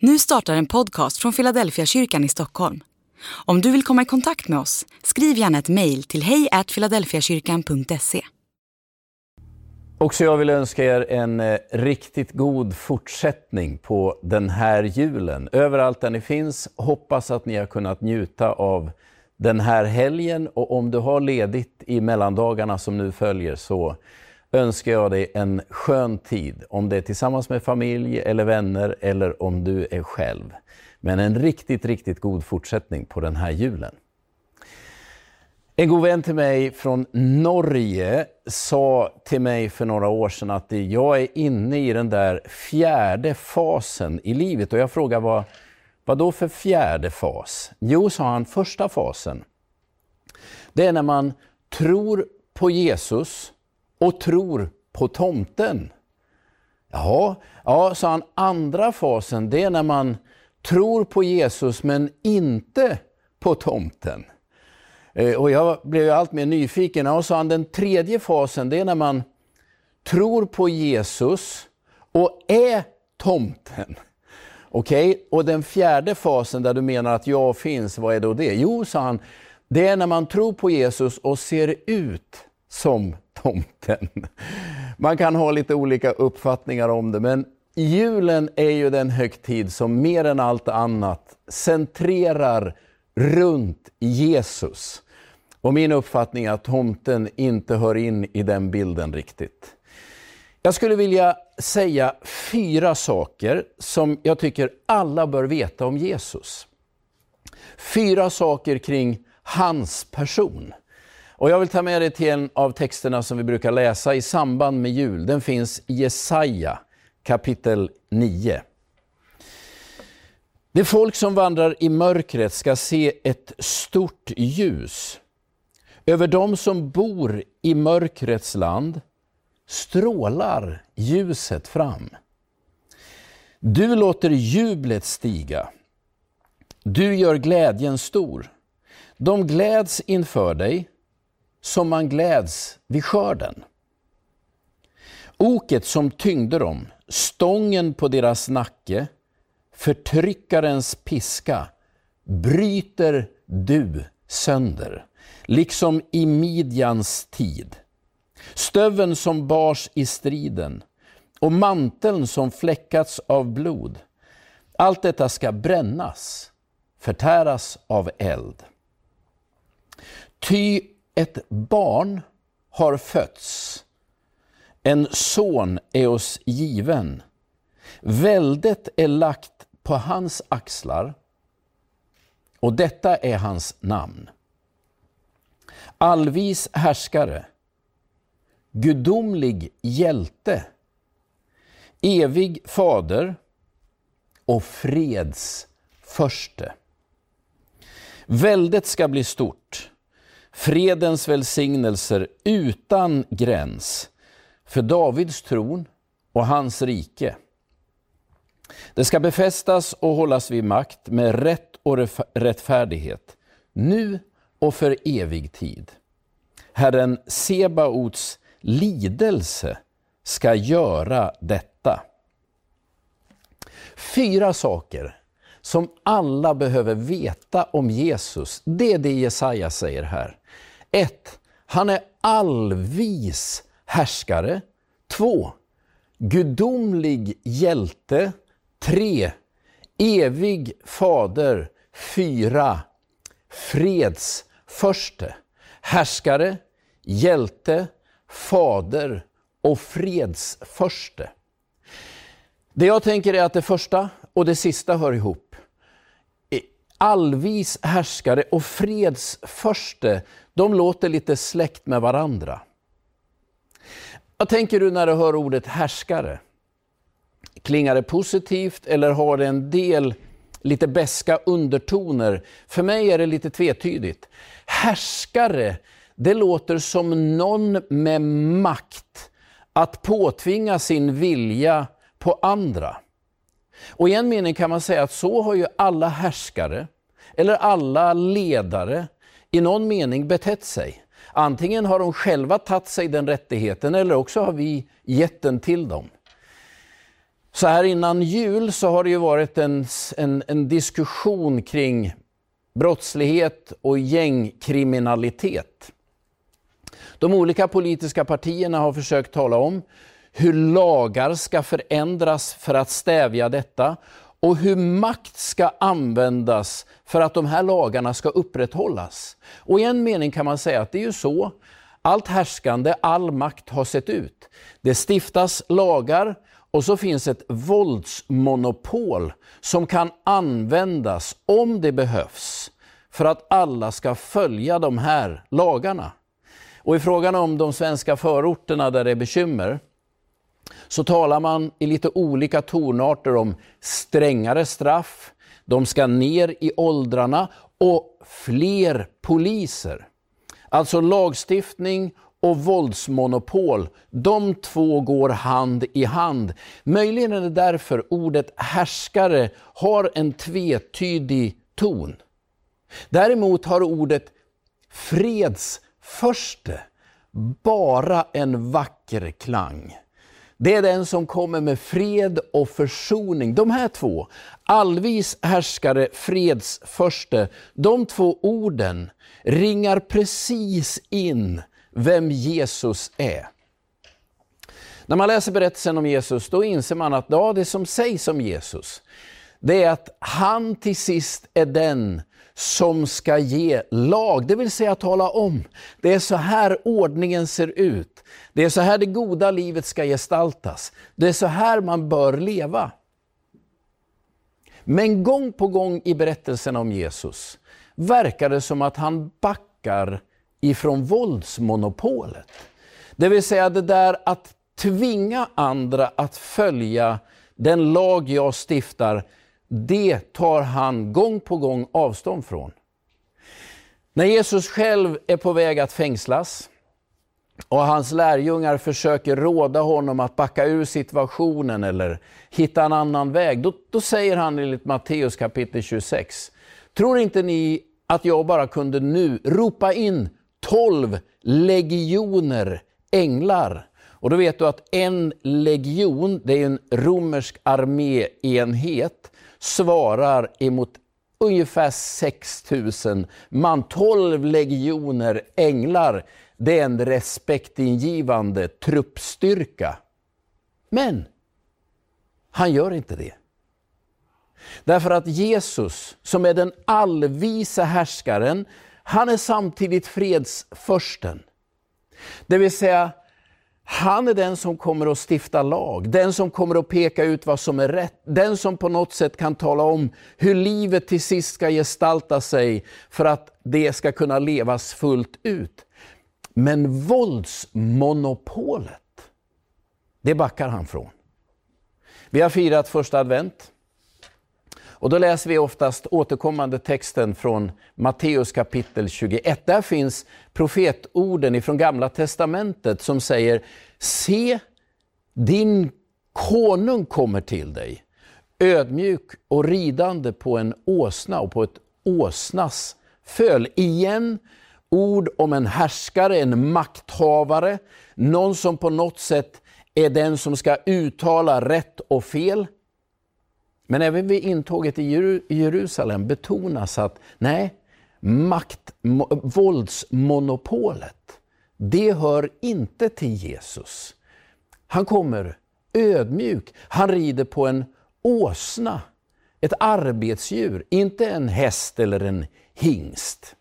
Nu startar en podcast från Philadelphia kyrkan i Stockholm. Om du vill komma i kontakt med oss, skriv gärna ett mejl till hej@philadelphiakyrkan.se. Också jag vill önska er en riktigt god fortsättning på den här julen. Överallt där ni finns, hoppas att ni har kunnat njuta av den här helgen. Och om du har ledigt i mellandagarna som nu följer, så önskar jag dig en skön tid. Om det är tillsammans med familj eller vänner eller om du är själv. Men en riktigt god fortsättning på den här julen. En god vän till mig från Norge sa till mig för några år sedan att jag är inne i den där fjärde fasen i livet. Och jag frågade vad då för fjärde fas? Jo, sa han, första fasen. Det är när man tror på Jesus och tror på tomten. Ja, sa han, andra fasen, det är när man tror på Jesus men inte på tomten. Och jag blev ju allt mer nyfiken. Och sa han, den tredje fasen, det är när man tror på Jesus och är tomten. Okej, och den fjärde fasen där du menar att jag finns, vad är då det? Jo, sa han, det är när man tror på Jesus och ser ut som tomten. Man kan ha lite olika uppfattningar om det, men julen är ju den högtid som mer än allt annat centrerar runt Jesus. Och min uppfattning är att tomten inte hör in i den bilden riktigt. Jag skulle vilja säga 4 saker som jag tycker alla bör veta om Jesus. 4 saker kring hans person. Och jag vill ta med dig till en av texterna som vi brukar läsa i samband med jul. Den finns i Jesaja kapitel 9. Det folk som vandrar i mörkret ska se ett stort ljus. Över dem som bor i mörkrets land strålar ljuset fram. Du låter jublet stiga. Du gör glädjen stor. De gläds inför dig som man gläds vid skörden. Oket som tyngde dem, stången på deras nacke, förtryckarens piska, bryter du sönder, liksom i Midjans tid. Stöven som bars i striden och manteln som fläckats av blod. Allt detta ska brännas, förtäras av eld. Ty ett barn har fötts, en son är oss given. Väldet är lagt på hans axlar och detta är hans namn. Allvis härskare, gudomlig hjälte, evig fader och freds förste. Väldet ska bli stort, fredens välsignelser utan gräns för Davids tron och hans rike. Det ska befästas och hållas vid makt med rätt och rättfärdighet, nu och för evig tid. Herren Sebaots lidelse ska göra detta. 4 saker som alla behöver veta om Jesus. Det är det Jesaja säger här. 1. Han är allvis härskare. 2. Gudomlig hjälte. 3. Evig fader. 4. Freds förste. Härskare, hjälte, fader och freds förste. Det jag tänker är att det första och det sista hör ihop. Allvis härskare och freds förste, de låter lite släkt med varandra. Vad tänker du när du hör ordet härskare? Klingar det positivt eller har det en del lite beska undertoner? För mig är det lite tvetydigt. Härskare, det låter som någon med makt att påtvinga sin vilja på andra. Och i en mening kan man säga att så har ju alla härskare eller alla ledare i någon mening betett sig. Antingen har de själva tagit sig den rättigheten eller också har vi gett den till dem. Så här innan jul så har det ju varit en diskussion kring brottslighet och gängkriminalitet. De olika politiska partierna har försökt tala om hur lagar ska förändras för att stävja detta och hur makt ska användas för att de här lagarna ska upprätthållas. Och i en mening kan man säga att det är ju så allt härskande, all makt har sett ut. Det stiftas lagar och så finns ett våldsmonopol som kan användas om det behövs för att alla ska följa de här lagarna. Och i frågan om de svenska förorterna där det är bekymmer så talar man i lite olika tonarter om strängare straff, de ska ner i åldrarna och fler poliser. Alltså lagstiftning och våldsmonopol, de två går hand i hand. Möjligen är det därför ordet härskare har en tvetydig ton. Däremot har ordet fredsförste bara en vacker klang. Det är den som kommer med fred och försoning. De här två, allvis härskare, fredsförste, de två orden ringar precis in vem Jesus är. När man läser berättelsen om Jesus då inser man att det som sägs om Jesus, det är att han till sist är den som ska ge lag, det vill säga tala om. Det är så här ordningen ser ut. Det är så här det goda livet ska gestaltas. Det är så här man bör leva. Men gång på gång i berättelsen om Jesus verkar det som att han backar ifrån våldsmonopolet. Det vill säga det där att tvinga andra att följa den lag jag stiftar, det tar han gång på gång avstånd från. När Jesus själv är på väg att fängslas och hans lärjungar försöker råda honom att backa ur situationen eller hitta en annan väg, då säger han enligt Matteus kapitel 26: tror inte ni att jag bara kunde nu ropa in 12 legioner änglar? Och då vet du att en legion, det är en romersk arméenhet, svarar emot ungefär 6000 man. 12 legioner änglar, det är en respektingivande truppstyrka. Men han gör inte det. Därför att Jesus, som är den allvisa härskaren, han är samtidigt fredsförsten. Det vill säga, han är den som kommer att stifta lag, den som kommer att peka ut vad som är rätt, den som på något sätt kan tala om hur livet till sist ska gestalta sig för att det ska kunna levas fullt ut. Men våldsmonopolet, det backar han från. Vi har firat första advent. Och då läser vi oftast återkommande texten från Matteus kapitel 21. Där finns profetorden ifrån Gamla testamentet som säger: se, din konung kommer till dig, ödmjuk och ridande på en åsna och på ett åsnas föl. Igen ord om en härskare, en makthavare, någon som på något sätt är den som ska uttala rätt och fel. Men även vid intåget i Jerusalem betonas att nej, våldsmonopolet, det hör inte till Jesus. Han kommer ödmjuk, han rider på en åsna, ett arbetsdjur, inte en häst eller en hingst.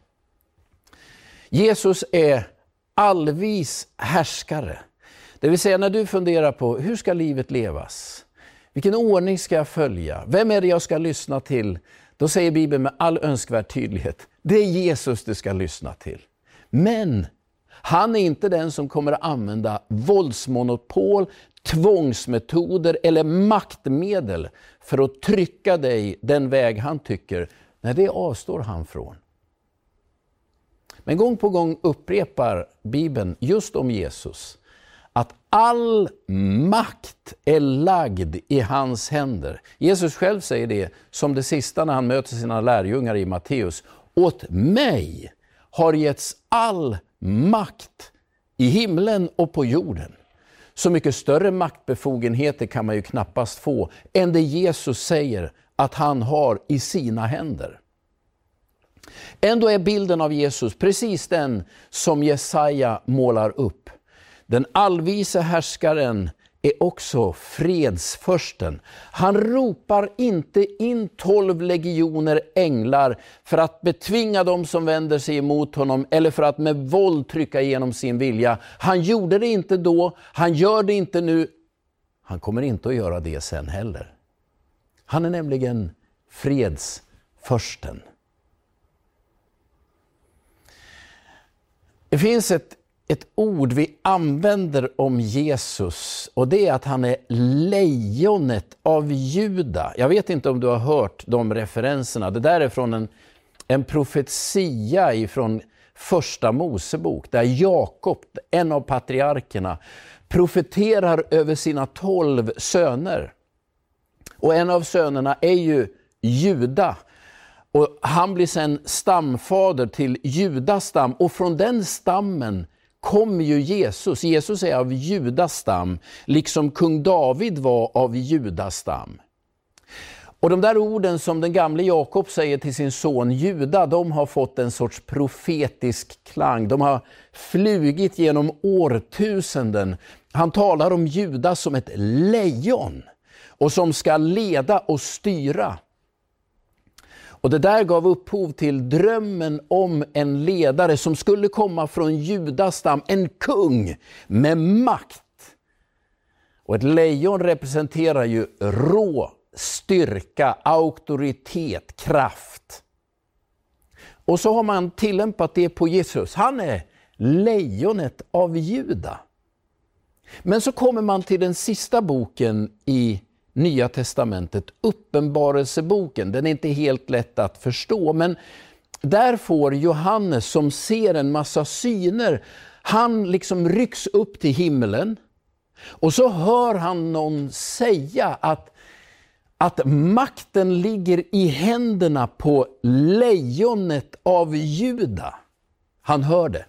Jesus är allvis härskare. Det vill säga när du funderar på hur ska livet levas? Vilken ordning ska jag följa? Vem är det jag ska lyssna till? Då säger Bibeln med all önskvärd tydlighet: det är Jesus du ska lyssna till. Men han är inte den som kommer att använda våldsmonopol, tvångsmetoder eller maktmedel för att trycka dig den väg han tycker. Nej, det avstår han från. Men gång på gång upprepar Bibeln just om Jesus att all makt är lagd i hans händer. Jesus själv säger det som det sista när han möter sina lärjungar i Matteus: åt mig har getts all makt i himlen och på jorden. Så mycket större maktbefogenheter kan man ju knappast få än det Jesus säger att han har i sina händer. Ändå är bilden av Jesus precis den som Jesaja målar upp. Den allvise härskaren är också fredsförsten. Han ropar inte in 12 legioner änglar för att betvinga dem som vänder sig emot honom eller för att med våld trycka igenom sin vilja. Han gjorde det inte då, han gör det inte nu. Han kommer inte att göra det sen heller. Han är nämligen fredsförsten. Det finns ett ord vi använder om Jesus, och det är att han är lejonet av Juda. Jag vet inte om du har hört de referenserna. Det där är från en profetia ifrån första Mosebok, där Jakob, en av patriarkerna, profeterar över sina 12 söner. Och en av sönerna är ju Juda. Och han blir sen stamfader till Judas stam, och från den stammen kommer ju Jesus. Jesus är av Judas stam, liksom kung David var av Judas stam. Och de där orden som den gamle Jakob säger till sin son Juda, de har fått en sorts profetisk klang. De har flugit genom årtusenden. Han talar om Juda som ett lejon och som ska leda och styra. Och det där gav upphov till drömmen om en ledare som skulle komma från Judas stam, en kung med makt. Och ett lejon representerar ju rå styrka, auktoritet, kraft. Och så har man tillämpat det på Jesus. Han är lejonet av Juda. Men så kommer man till den sista boken i Nya testamentet, Uppenbarelseboken. Den är inte helt lätt att förstå, men där får Johannes, som ser en massa syner, han liksom rycks upp till himlen, och så hör han någon säga att makten ligger i händerna på lejonet av Juda. Han hör det.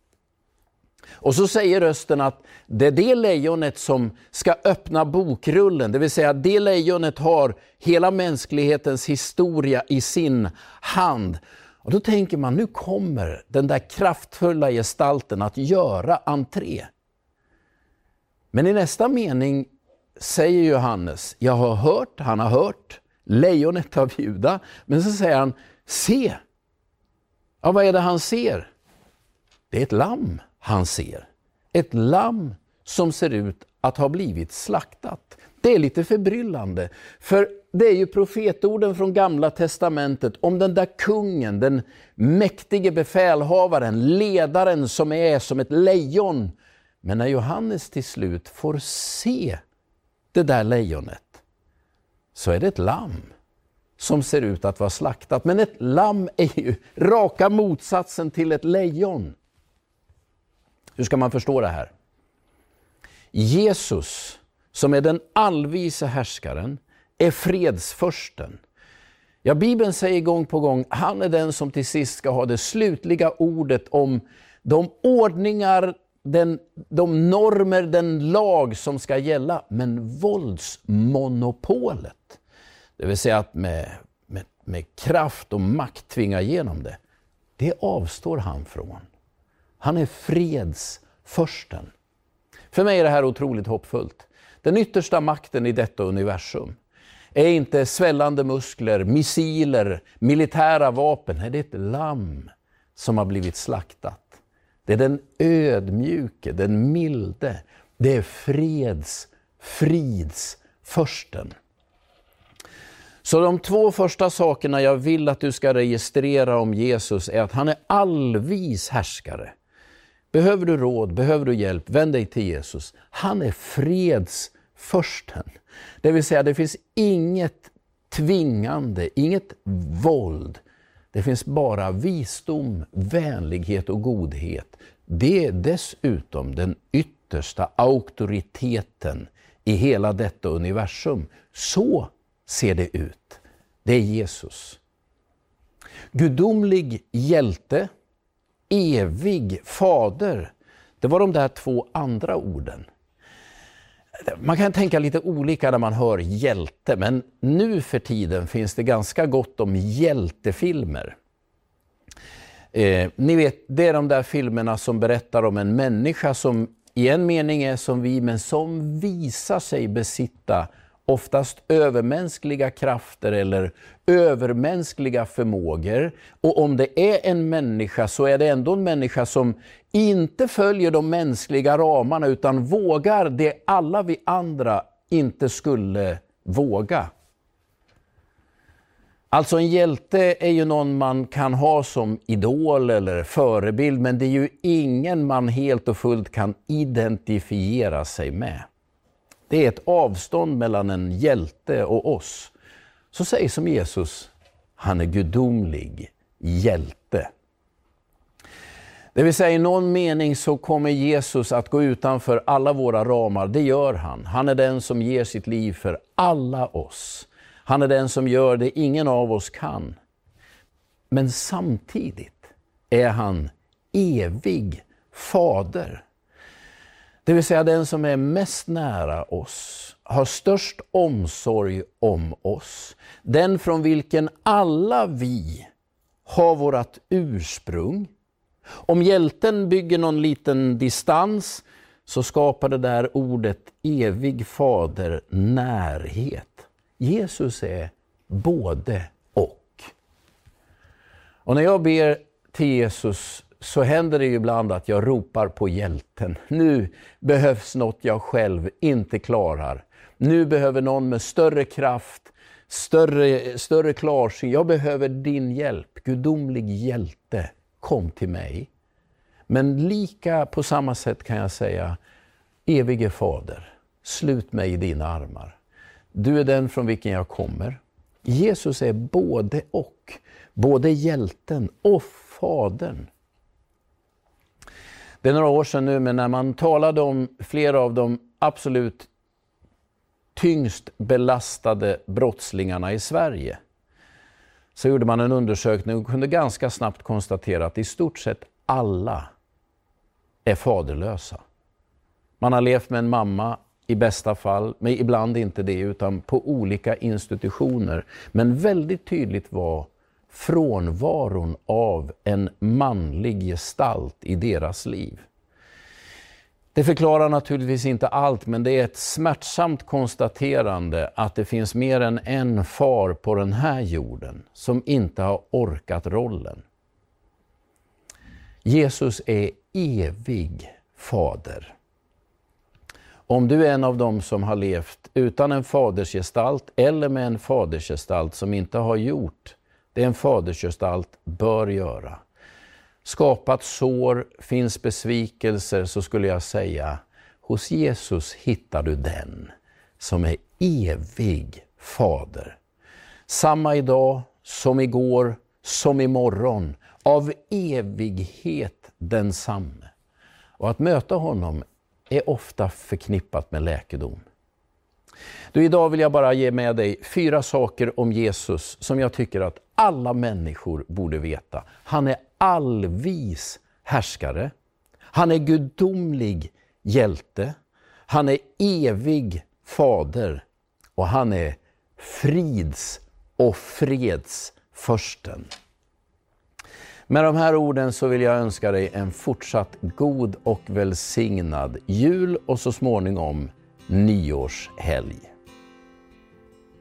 Och så säger rösten att det är det lejonet som ska öppna bokrullen. Det vill säga att det lejonet har hela mänsklighetens historia i sin hand. Och då tänker man, nu kommer den där kraftfulla gestalten att göra entré. Men i nästa mening säger Johannes, han har hört lejonet av Juda. Men så säger han, se. Ja, vad är det han ser? Det är ett lamm han ser. Ett lamm som ser ut att ha blivit slaktat. Det är lite förbryllande. För det är ju profetorden från Gamla testamentet om den där kungen, den mäktige befälhavaren, ledaren som är som ett lejon. Men när Johannes till slut får se det där lejonet, så är det ett lamm som ser ut att vara slaktat. Men ett lamm är ju raka motsatsen till ett lejon. Hur ska man förstå det här? Jesus, som är den allvise härskaren, är fredsförsten. Ja, Bibeln säger gång på gång, han är den som till sist ska ha det slutliga ordet om de ordningar, de normer, den lag som ska gälla. Men våldsmonopolet, det vill säga att med kraft och makt tvinga igenom det avstår han från. Han är fredsförsten. För mig är det här otroligt hoppfullt. Den yttersta makten i detta universum är inte svällande muskler, missiler, militära vapen. Nej, det är ett lamm som har blivit slaktat. Det är den ödmjuke, den milde. Det är fridsförsten. Så de 2 första sakerna jag vill att du ska registrera om Jesus är att han är allvis härskare. Behöver du råd, behöver du hjälp, vänd dig till Jesus. Han är fredsförsten. Det vill säga, det finns inget tvingande, inget våld. Det finns bara visdom, vänlighet och godhet. Det är dessutom den yttersta auktoriteten i hela detta universum. Så ser det ut. Det är Jesus. Gudomlig hjälte, evig fader. Det var de där 2 andra orden. Man kan tänka lite olika när man hör hjälte, men nu för tiden finns det ganska gott om hjältefilmer. Ni vet, det är de där filmerna som berättar om en människa som i en mening är som vi, men som visar sig besitta oftast övermänskliga krafter eller övermänskliga förmågor. Och om det är en människa så är det ändå en människa som inte följer de mänskliga ramarna utan vågar det alla vi andra inte skulle våga. Alltså en hjälte är ju någon man kan ha som idol eller förebild, men det är ju ingen man helt och fullt kan identifiera sig med. Det är ett avstånd mellan en hjälte och oss. Så säg som Jesus, han är gudomlig hjälte. Det vill säga i någon mening så kommer Jesus att gå utanför alla våra ramar. Det gör han. Han är den som ger sitt liv för alla oss. Han är den som gör det ingen av oss kan. Men samtidigt är han evig fader. Det vill säga den som är mest nära oss, har störst omsorg om oss. Den från vilken alla vi har vårt ursprung. Om hjälten bygger någon liten distans så skapar det där ordet evig fader närhet. Jesus är både och. Och när jag ber till Jesus så händer det ju ibland att jag ropar på hjälten. Nu behövs något jag själv inte klarar. Nu behöver någon med större kraft, större klarsyn. Jag behöver din hjälp. Gudomlig hjälte, kom till mig. Men lika på samma sätt kan jag säga, evige fader, slut mig i dina armar. Du är den från vilken jag kommer. Jesus är både och. Både hjälten och fadern. Det är några år sedan nu, men när man talade om flera av de absolut tyngst belastade brottslingarna i Sverige så gjorde man en undersökning och kunde ganska snabbt konstatera att i stort sett alla är faderlösa. Man har levt med en mamma i bästa fall, men ibland inte det utan på olika institutioner. Men väldigt tydligt var frånvaron av en manlig gestalt i deras liv. Det förklarar naturligtvis inte allt, men det är ett smärtsamt konstaterande att det finns mer än en far på den här jorden som inte har orkat rollen. Jesus är evig fader. Om du är en av dem som har levt utan en fadersgestalt eller med en fadersgestalt som inte har gjort det en fadersgestalt bör göra. Skapat sår, finns besvikelser, så skulle jag säga, hos Jesus hittar du den som är evig fader. Samma idag som igår som imorgon, av evighet densamme. Och att möta honom är ofta förknippat med läkedom. Idag vill jag bara ge med dig 4 saker om Jesus som jag tycker att alla människor borde veta. Han är allvis härskare. Han är gudomlig hjälte. Han är evig fader. Och han är frids- och fredsförsten. Med de här orden så vill jag önska dig en fortsatt god och välsignad jul och så småningom nyårshelg.